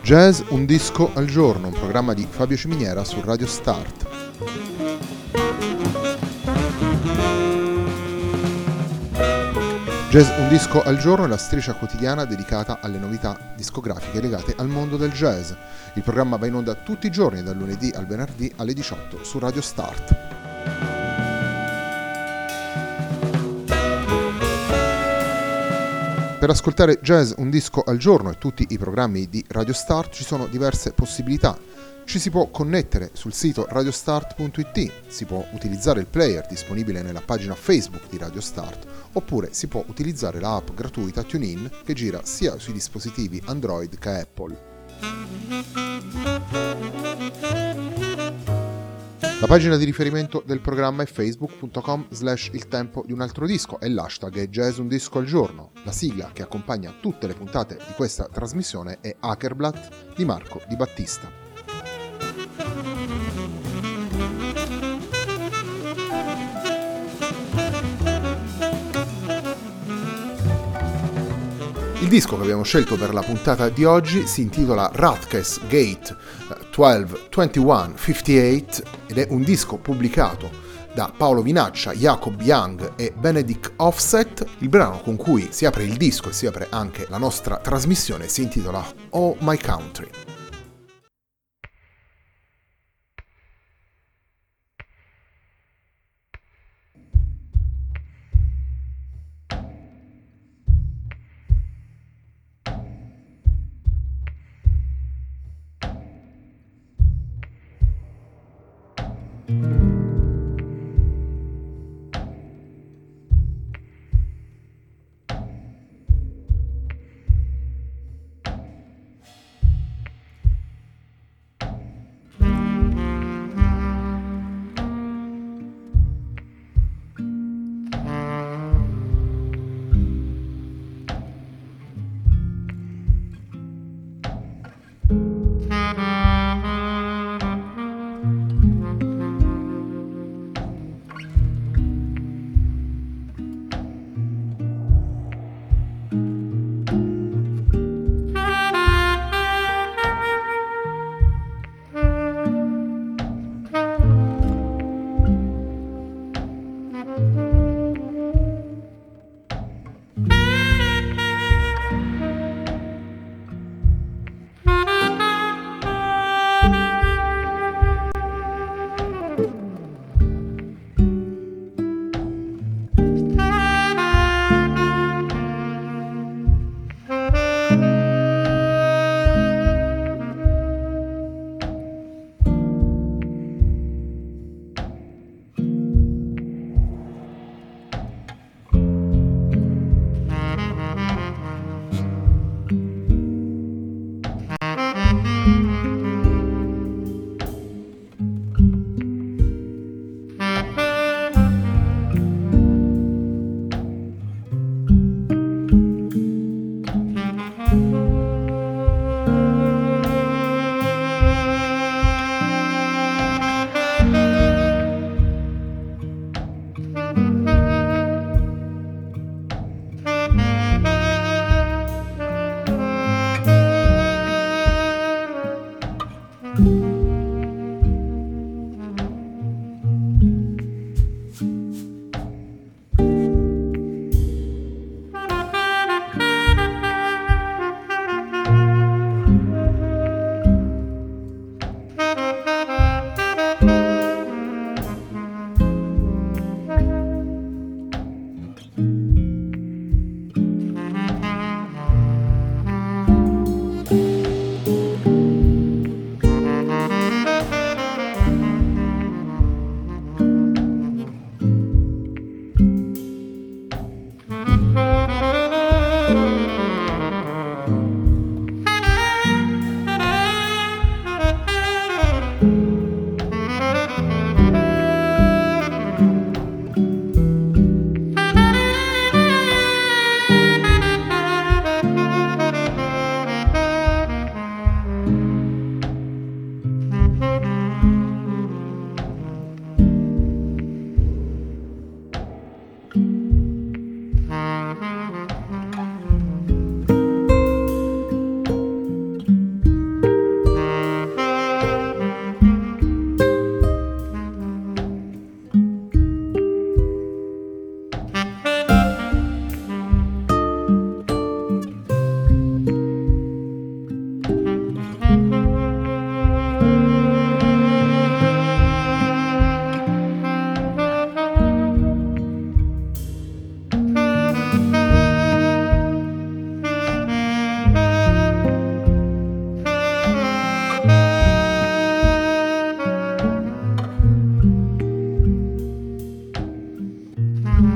Jazz un disco al giorno, un programma di Fabio Ciminiera su Radio Start. Jazz un disco al giorno è la striscia quotidiana dedicata alle novità discografiche legate al mondo del jazz. Il programma va in onda tutti i giorni dal lunedì al venerdì alle 18 su Radio Start. Per ascoltare Jazz un disco al giorno e tutti i programmi di Radio Start ci sono diverse possibilità. Ci si può connettere sul sito radiostart.it, si può utilizzare il player disponibile nella pagina Facebook di Radio Start, oppure si può utilizzare la app gratuita TuneIn che gira sia sui dispositivi Android che Apple. La pagina di riferimento del programma è facebook.com/il tempo di un altro disco e l'hashtag è Jazz un disco al giorno. La sigla che accompagna tutte le puntate di questa trasmissione è Hackerblatt di Marco Di Battista. Il disco che abbiamo scelto per la puntata di oggi si intitola Rutgers Gate 12-21-58 ed è un disco pubblicato da Paolo Vinaccia, Jacob Young e Benedict Offset. Il brano con cui si apre il disco e si apre anche la nostra trasmissione si intitola Oh My Country.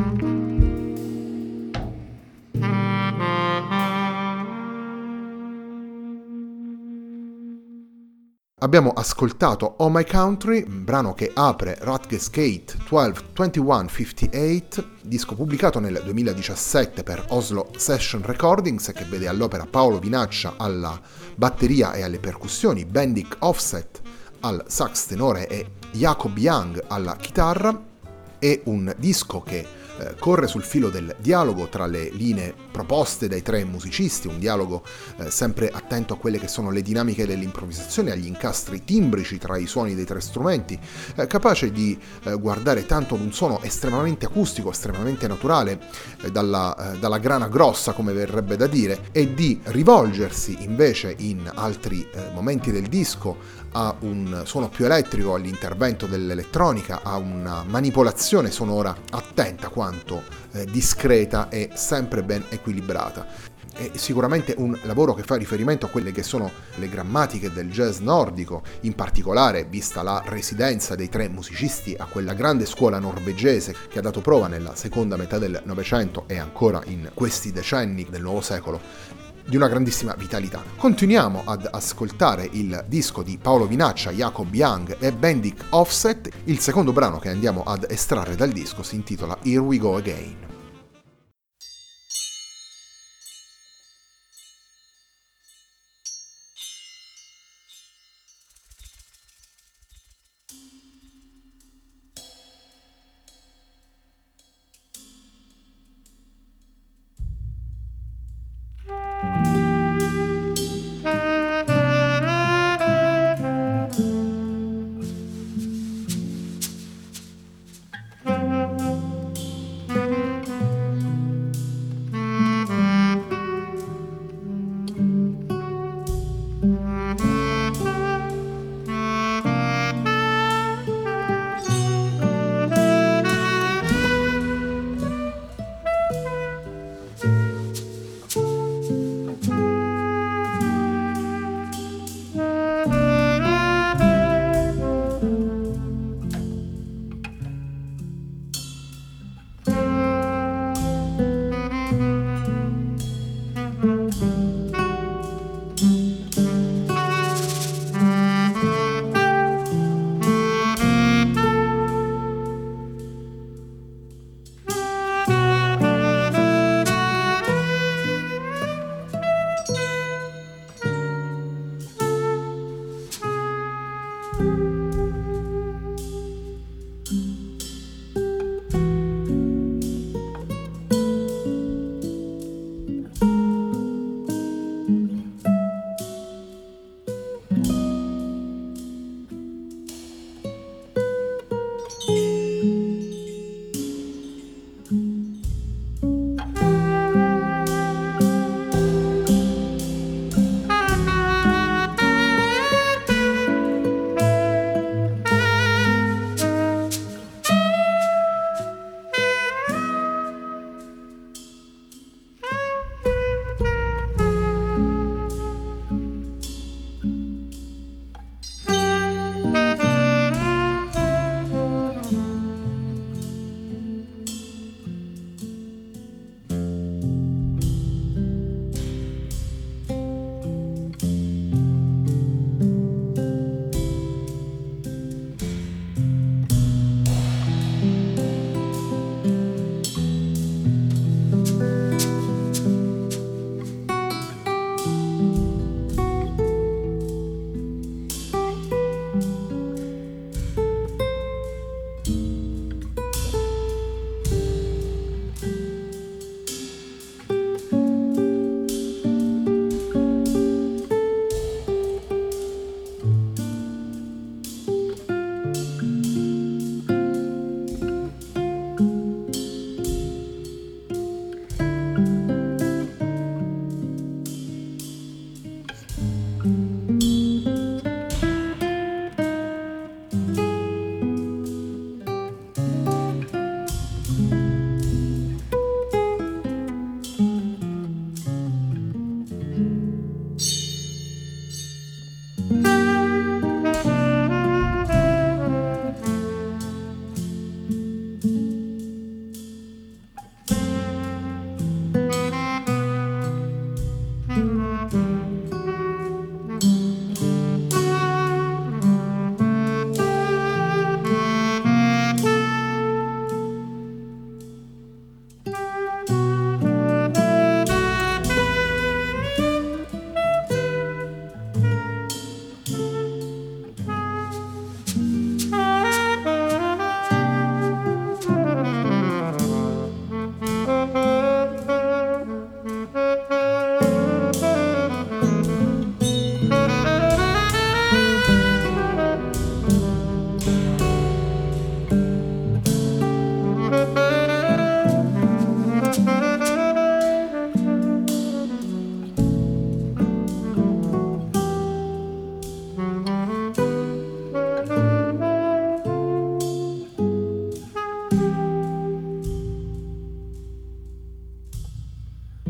Abbiamo ascoltato Oh My Country, un brano che apre Rutgers Gate 122158, disco pubblicato nel 2017 per Oslo Session Recordings e che vede all'opera Paolo Vinaccia alla batteria e alle percussioni, Bendik Offset al sax tenore e Jacob Young alla chitarra. È un disco che corre sul filo del dialogo tra le linee proposte dai tre musicisti, un dialogo sempre attento a quelle che sono le dinamiche dell'improvvisazione, agli incastri timbrici tra i suoni dei tre strumenti, capace di guardare tanto ad un suono estremamente acustico, estremamente naturale, dalla grana grossa, come verrebbe da dire, e di rivolgersi invece in altri momenti del disco a un suono più elettrico, all'intervento dell'elettronica, a una manipolazione sonora attenta quanto discreta e sempre ben equilibrata. È sicuramente un lavoro che fa riferimento a quelle che sono le grammatiche del jazz nordico, in particolare vista la residenza dei tre musicisti a quella grande scuola norvegese che ha dato prova nella seconda metà del Novecento e ancora in questi decenni del nuovo secolo di una grandissima vitalità. Continuiamo ad ascoltare il disco di Paolo Vinaccia, Jacob Young e Bendik Offset. Il secondo brano che andiamo ad estrarre dal disco si intitola Here We Go Again.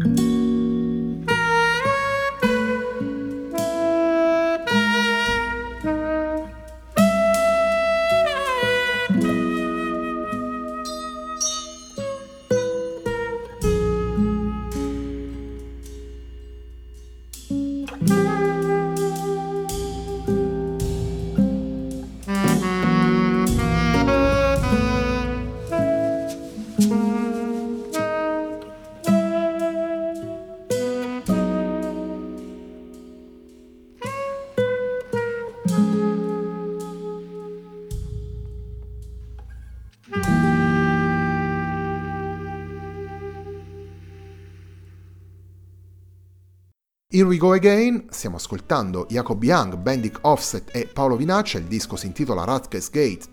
Here We Go Again, stiamo ascoltando Jacob Young, Bendik Offset e Paolo Vinaccia, il disco si intitola Rutgers Gate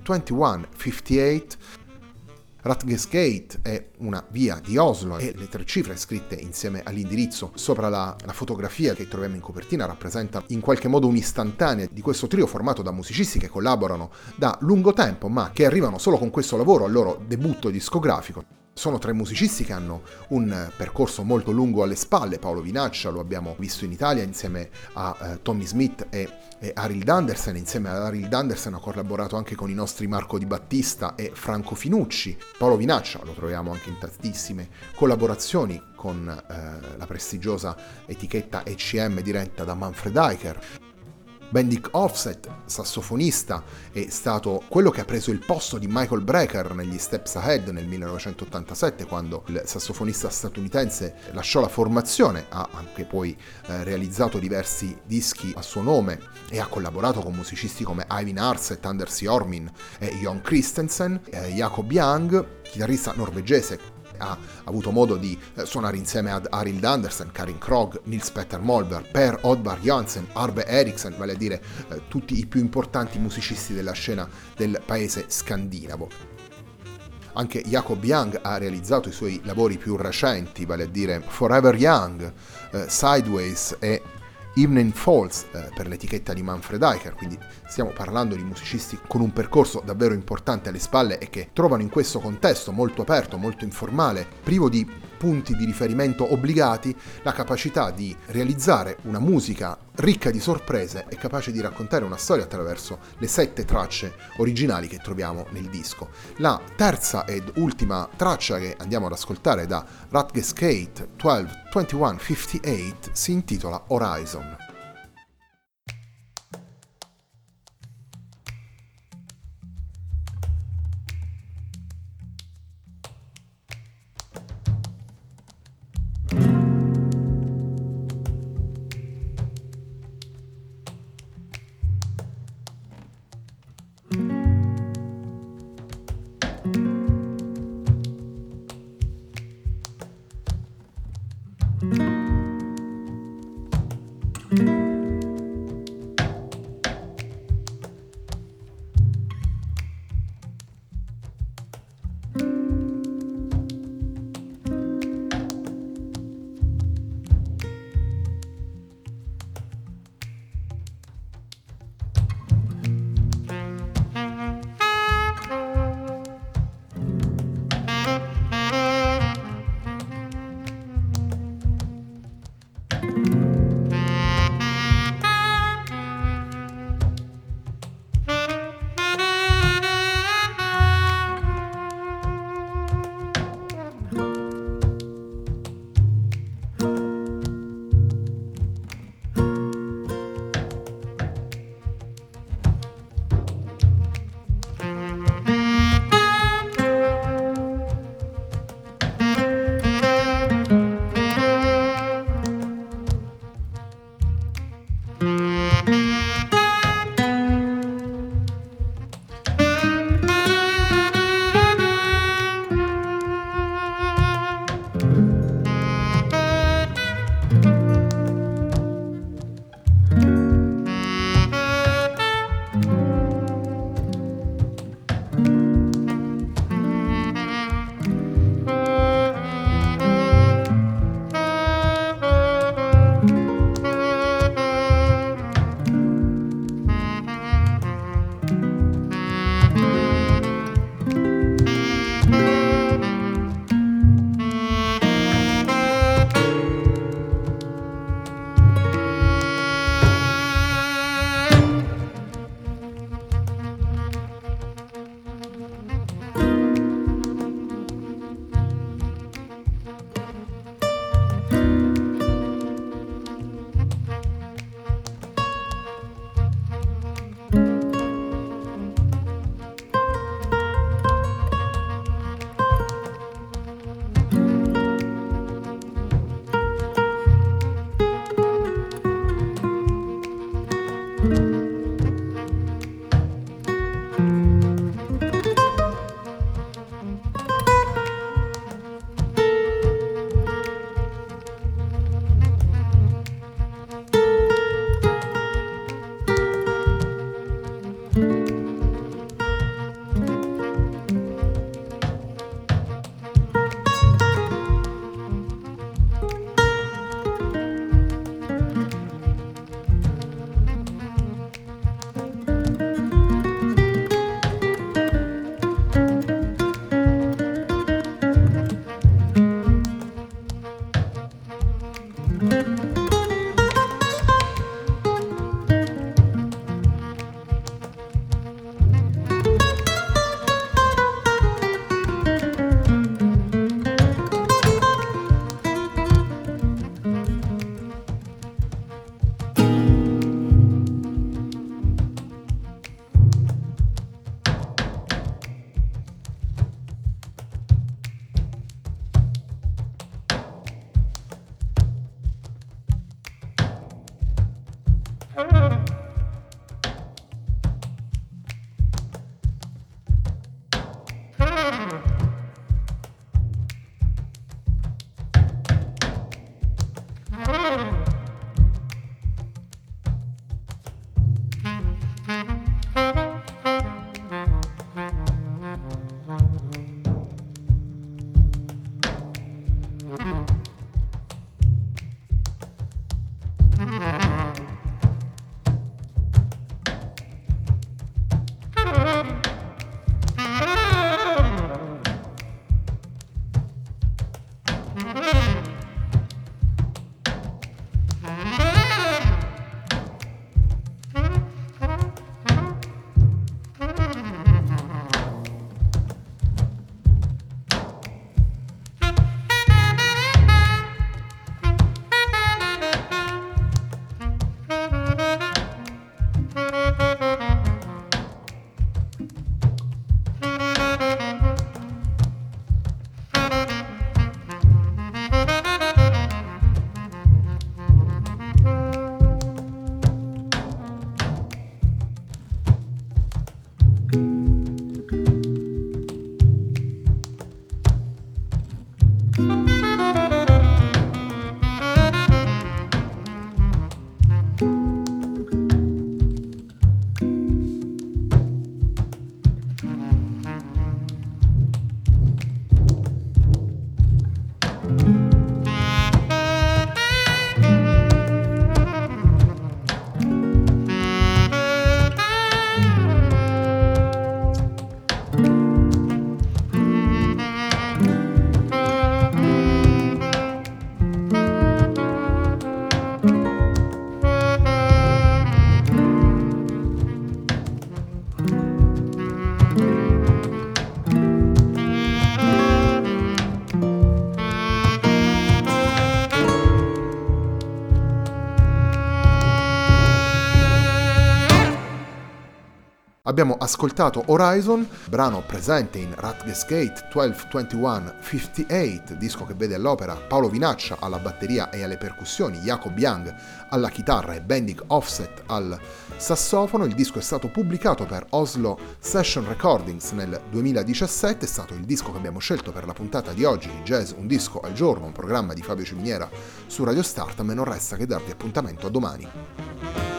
12-21-58. Rutgers Gate è una via di Oslo e le 3 cifre scritte insieme all'indirizzo sopra la fotografia che troviamo in copertina rappresenta in qualche modo un'istantanea di questo trio formato da musicisti che collaborano da lungo tempo ma che arrivano solo con questo lavoro al loro debutto discografico. Sono 3 musicisti che hanno un percorso molto lungo alle spalle. Paolo Vinaccia lo abbiamo visto in Italia insieme a Tommy Smith e Arild Andersen. Insieme ad Arild Andersen ha collaborato anche con i nostri Marco Di Battista e Franco Finucci. Paolo Vinaccia lo troviamo anche in tantissime collaborazioni con la prestigiosa etichetta ECM diretta da Manfred Eicher. Bendik Offset, sassofonista, è stato quello che ha preso il posto di Michael Brecker negli Steps Ahead nel 1987, quando il sassofonista statunitense lasciò la formazione. Ha anche poi realizzato diversi dischi a suo nome e ha collaborato con musicisti come Eivind Arset, Anders Jormin e Jon Christensen. Jacob Young, chitarrista norvegese, ha avuto modo di suonare insieme ad Arild Andersen, Karin Krog, Nils Petter Molberg, Per Oddvar Jansen, Arve Eriksen, vale a dire tutti i più importanti musicisti della scena del paese scandinavo. Anche Jacob Young ha realizzato i suoi lavori più recenti, vale a dire Forever Young, Sideways e Evening Falls per l'etichetta di Manfred Eicher, quindi stiamo parlando di musicisti con un percorso davvero importante alle spalle e che trovano in questo contesto molto aperto, molto informale, privo di punti di riferimento obbligati, la capacità di realizzare una musica ricca di sorprese e capace di raccontare una storia attraverso le 7 tracce originali che troviamo nel disco. La terza ed ultima traccia che andiamo ad ascoltare da Rutgers Gate 12-21-58 si intitola Horizon. Abbiamo ascoltato Horizon, brano presente in Rutgers Gate 122158, disco che vede all'opera Paolo Vinaccia alla batteria e alle percussioni, Jacob Young alla chitarra e Bending Offset al sassofono. Il disco è stato pubblicato per Oslo Session Recordings nel 2017, è stato il disco che abbiamo scelto per la puntata di oggi di Jazz Un Disco al Giorno, un programma di Fabio Ciminiera su Radio Start. A me non resta che darvi appuntamento a domani.